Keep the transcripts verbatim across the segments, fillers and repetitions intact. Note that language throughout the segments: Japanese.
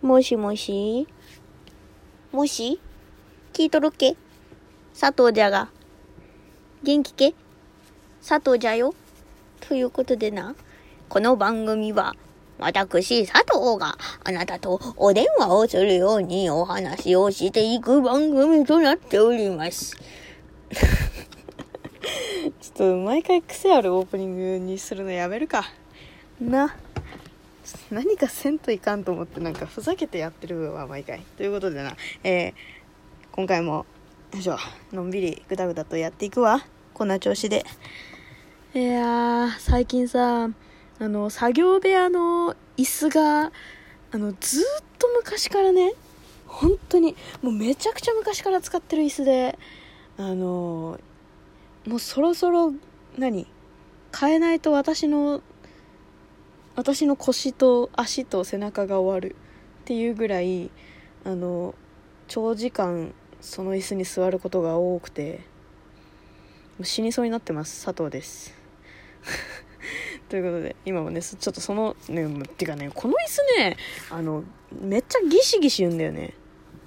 もしもしもし聞いとるっけ佐藤じゃが。元気け佐藤じゃよ。ということでな、この番組は私佐藤があなたとお電話をするようにお話をしていく番組となっております。 ちょっと毎回癖あるオープニングにするのやめるかな。何かせんといかんと思ってなんかふざけてやってるわ毎回。ということでな、えー、今回もよいしょのんびりぐだぐだとやっていくわ。こんな調子で。いやー最近さ、あの作業部屋の椅子があのずーっと昔からね、本当にもうめちゃくちゃ昔から使ってる椅子で、あのもうそろそろ何変えないと私の私の腰と足と背中が終わるっていうぐらい、あの長時間その椅子に座ることが多くて、もう死にそうになってます。佐藤ですということで今もねちょっとそのねてかねこの椅子ね、あのめっちゃギシギシ言うんだよね。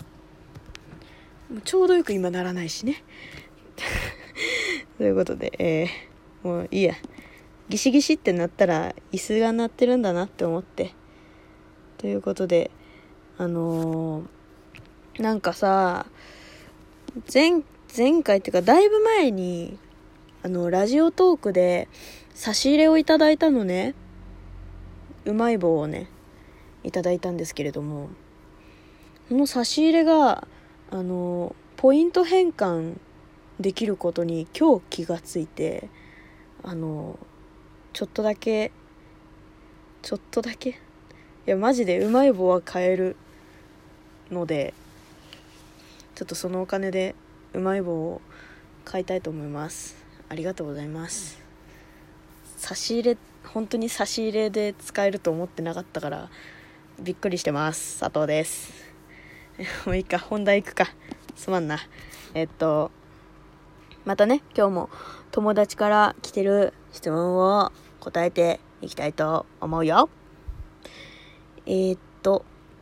ちょうどよく今ならないしねということで、えー、もういいや、ギシギシってなったら椅子が鳴ってるんだなって思って、ということであのー、なんかさ前前回っていうかだいぶ前にあのラジオトークで差し入れをいただいたのね。うまい棒をねいただいたんですけれども、この差し入れがあのポイント変換できることに今日気がついて、あのちょっとだけちょっとだけいやマジでうまい棒は買えるので、ちょっとそのお金でうまい棒を買いたいと思います。ありがとうございます。差し入れ本当に差し入れで使えると思ってなかったからびっくりしてます。佐藤です。もういいか、本題行くか。すまんな。えっとまたね、今日も友達から来てる質問を答えていきたいと思うよ。えー、っと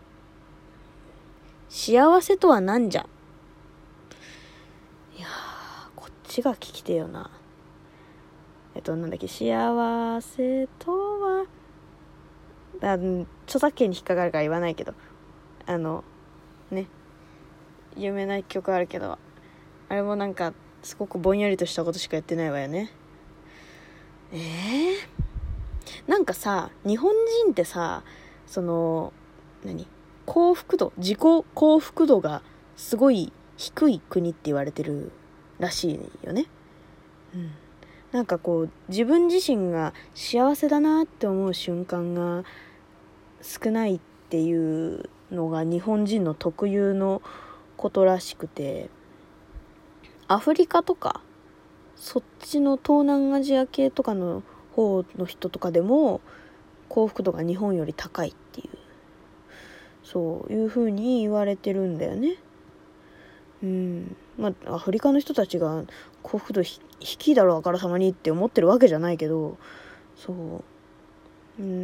幸せとは何じゃ。いやーこっちが聞きてよな。えっとなんだっけ、幸せとはあ著作権に引っかかるから言わないけど、あのね有名な曲あるけど、あれもなんかすごくぼんやりとしたことしかやってないわよね。えー、なんかさ、日本人ってさ、その何幸福度自己幸福度がすごい低い国って言われてるらしいよね。うん、なんかこう自分自身が幸せだなって思う瞬間が少ないっていうのが日本人の特有のことらしくて、アフリカとかそっちの東南アジア系とかの方の人とかでも幸福度が日本より高いっていう、そういう風に言われてるんだよね。うん、まあアフリカの人たちが幸福度低いだろうあからさまにって思ってるわけじゃないけど、そう、うん、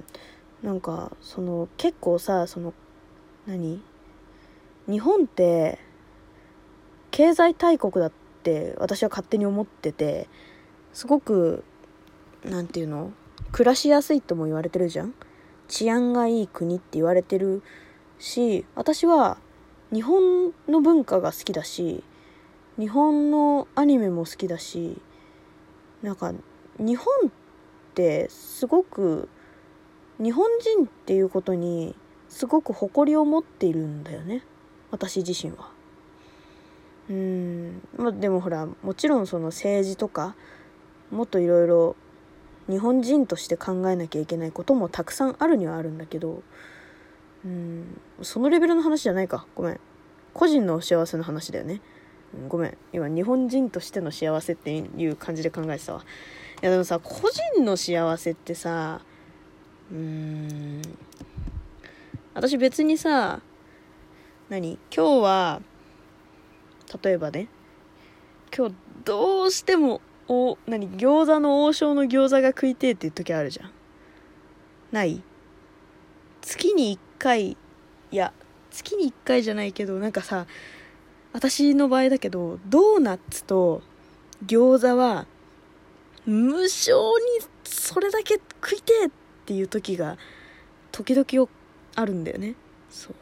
なんかその結構さ、その何日本って経済大国だって私は勝手に思ってて、すごくなんていうの暮らしやすいとも言われてるじゃん。治安がいい国って言われてるし、私は日本の文化が好きだし、日本のアニメも好きだし、なんか日本ってすごく日本人っていうことにすごく誇りを持っているんだよね、私自身は。うーん、まあでもほらもちろんその政治とかもっといろいろ日本人として考えなきゃいけないこともたくさんあるにはあるんだけど、うーんそのレベルの話じゃないか、ごめん、個人の幸せの話だよね。ごめん、今日本人としての幸せっていう感じで考えてたわ。いやでもさ、個人の幸せってさ、うーん私別にさ、何今日は例えばね、今日どうしてもお何餃子の王将の餃子が食いてえっていう時あるじゃん。ない？月にいっかいいや月にいっかいじゃないけど、なんかさ、私の場合だけどドーナツと餃子は無性にそれだけ食いてえっていう時が時々あるんだよね。そう、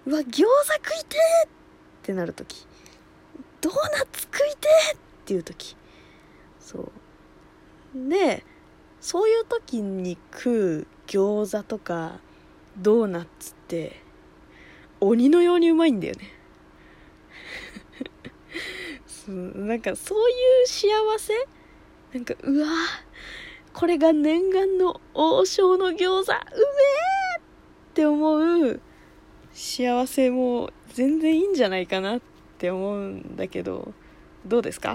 うわ餃子食いてえってなる時、ドーナツ食いてえっていう時、そうで、そういう時に食う餃子とかドーナツって鬼のようにうまいんだよねそう、なんかそういう幸せ、なんかうわこれが念願の王将の餃子うめえって思う幸せも全然いいんじゃないかなって思うんだけど、どうですか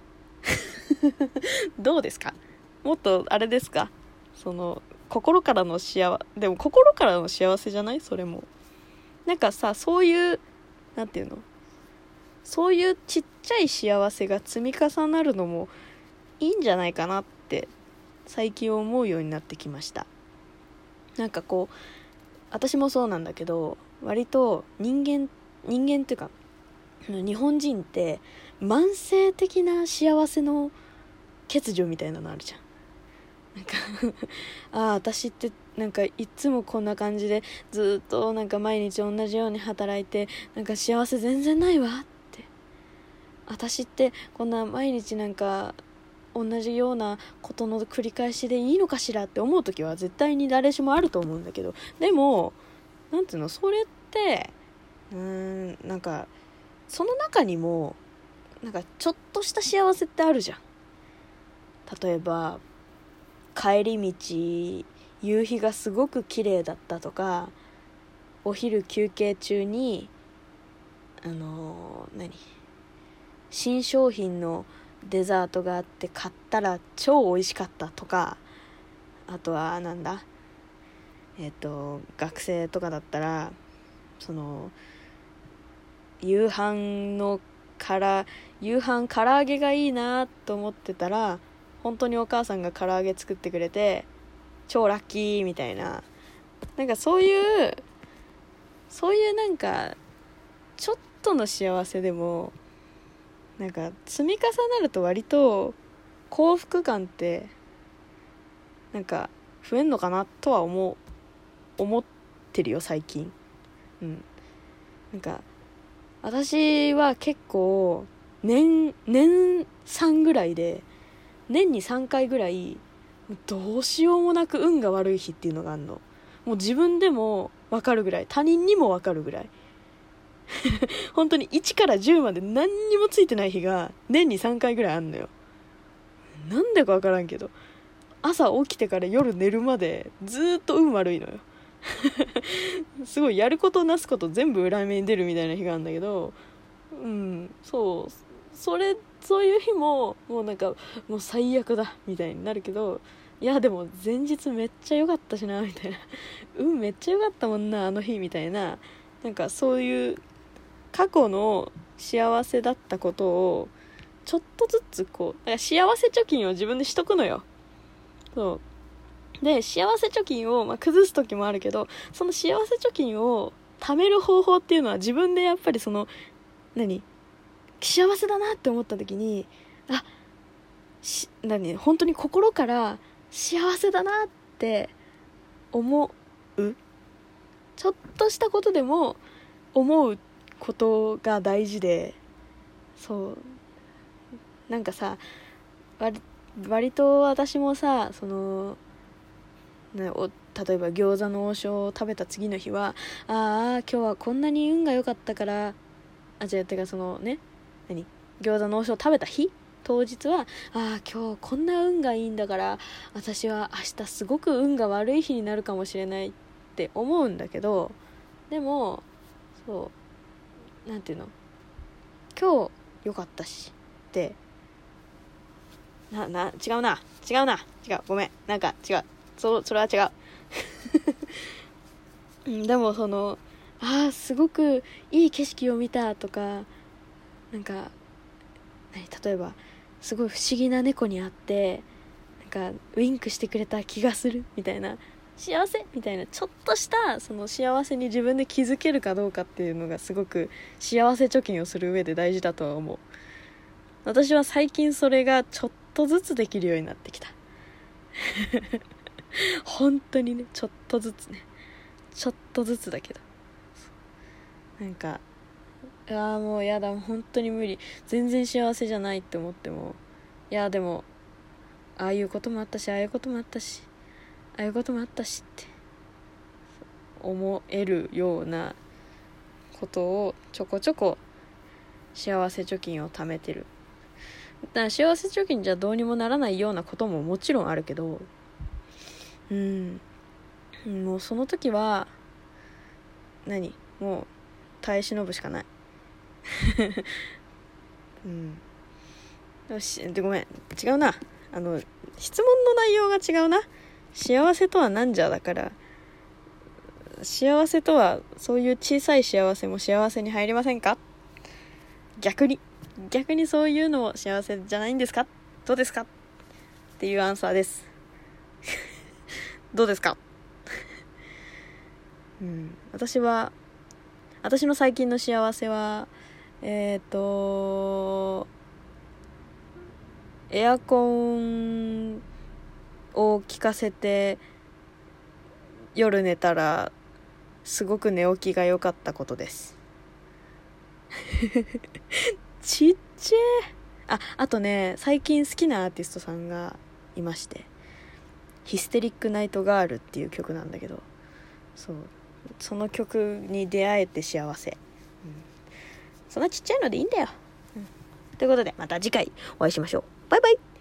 どうですか、もっとあれですか、その心からの幸せ、でも心からの幸せじゃない、それもなんかさ、そういうなんていうの、そういうちっちゃい幸せが積み重なるのもいいんじゃないかなって最近思うようになってきました。なんかこう私もそうなんだけど、割と人間人間っていうか日本人って慢性的な幸せの欠如みたいなのあるじゃん。なんかああ私ってなんかいつもこんな感じでずっとなんか毎日同じように働いてなんか幸せ全然ないわって、私ってこんな毎日なんか同じようなことの繰り返しでいいのかしらって思う時は絶対に誰しもあると思うんだけど、でもなんていうの、それってうーんなんかその中にもなんかちょっとした幸せってあるじゃん。例えば帰り道夕日がすごく綺麗だったとか、お昼休憩中にあのー、何新商品のデザートがあって買ったら超美味しかったとか、あとはなんだえっと学生とかだったらその夕飯のから夕飯唐揚げがいいなと思ってたら本当にお母さんが唐揚げ作ってくれて超ラッキーみたいな、なんかそういうそういうなんかちょっとの幸せでもなんか積み重なると割と幸福感ってなんか増えんのかなとは思う思ってるよ最近。うんなんか私は結構年年さんぐらいで年にさんかいぐらいどうしようもなく運が悪い日っていうのがあるの。もう自分でも分かるぐらい、他人にも分かるぐらい本当にいちからじゅうまで何にもついてない日が年にさんかいぐらいあんのよ。なんでか分からんけど朝起きてから夜寝るまでずーっと運悪いのよすごいやることなすこと全部裏目に出るみたいな日があるんだけど、うんそうそれそういう日ももうなんかもう最悪だみたいになるけど、いやでも前日めっちゃ良かったしなみたいな運めっちゃ良かったもんなあの日みたいな、なんかそういう過去の幸せだったことをちょっとずつこうだから幸せ貯金を自分でしとくのよ。そうで幸せ貯金を、まあ、崩す時もあるけど、その幸せ貯金を貯める方法っていうのは自分でやっぱりその何幸せだなって思った時にあし何本当に心から幸せだなって思う、ちょっとしたことでも思うことが大事で、そうなんかさ割、割と私もさそのね、お例えば餃子の王将を食べた次の日はああ今日はこんなに運が良かったからあ違うてかそのね何餃子の王将を食べた日当日はああ今日こんな運がいいんだから私は明日すごく運が悪い日になるかもしれないって思うんだけど、でもそうなんていうの今日良かったしってなな違うな違うな違うごめんなんか違うそ, それは違うでもそのあーすごくいい景色を見たとかなんか例えばすごい不思議な猫に会ってなんかウインクしてくれた気がするみたいな幸せみたいなちょっとしたその幸せに自分で気づけるかどうかっていうのがすごく幸せ貯金をする上で大事だとは思う。私は最近それがちょっとずつできるようになってきた本当にね、ちょっとずつね、ちょっとずつだけど、なんかああもうやだ、本当に無理、全然幸せじゃないって思っても、いやでもああいうこともあったし、ああいうこともあったし、ああいうこともあったしって思えるようなことをちょこちょこ幸せ貯金を貯めてる。だから幸せ貯金じゃどうにもならないようなことももちろんあるけど、うんもうその時は何もう耐え忍ぶしかないうんよし、でごめん違うな、あの質問の内容が違うな。幸せとは何じゃだから、幸せとはそういう小さい幸せも幸せに入りませんか？逆に逆にそういうのも幸せじゃないんですか？どうですか？っていうアンサーですどうですか？うん、私は私の最近の幸せはえっとエアコンを効かせて夜寝たらすごく寝起きが良かったことですちっちゃい。あ、あとね、最近好きなアーティストさんがいまして、ヒステリックナイトガールっていう曲なんだけど、そうその曲に出会えて幸せ、うん、そんなちっちゃいのでいいんだよ、うん、ということでまた次回お会いしましょう。バイバイ。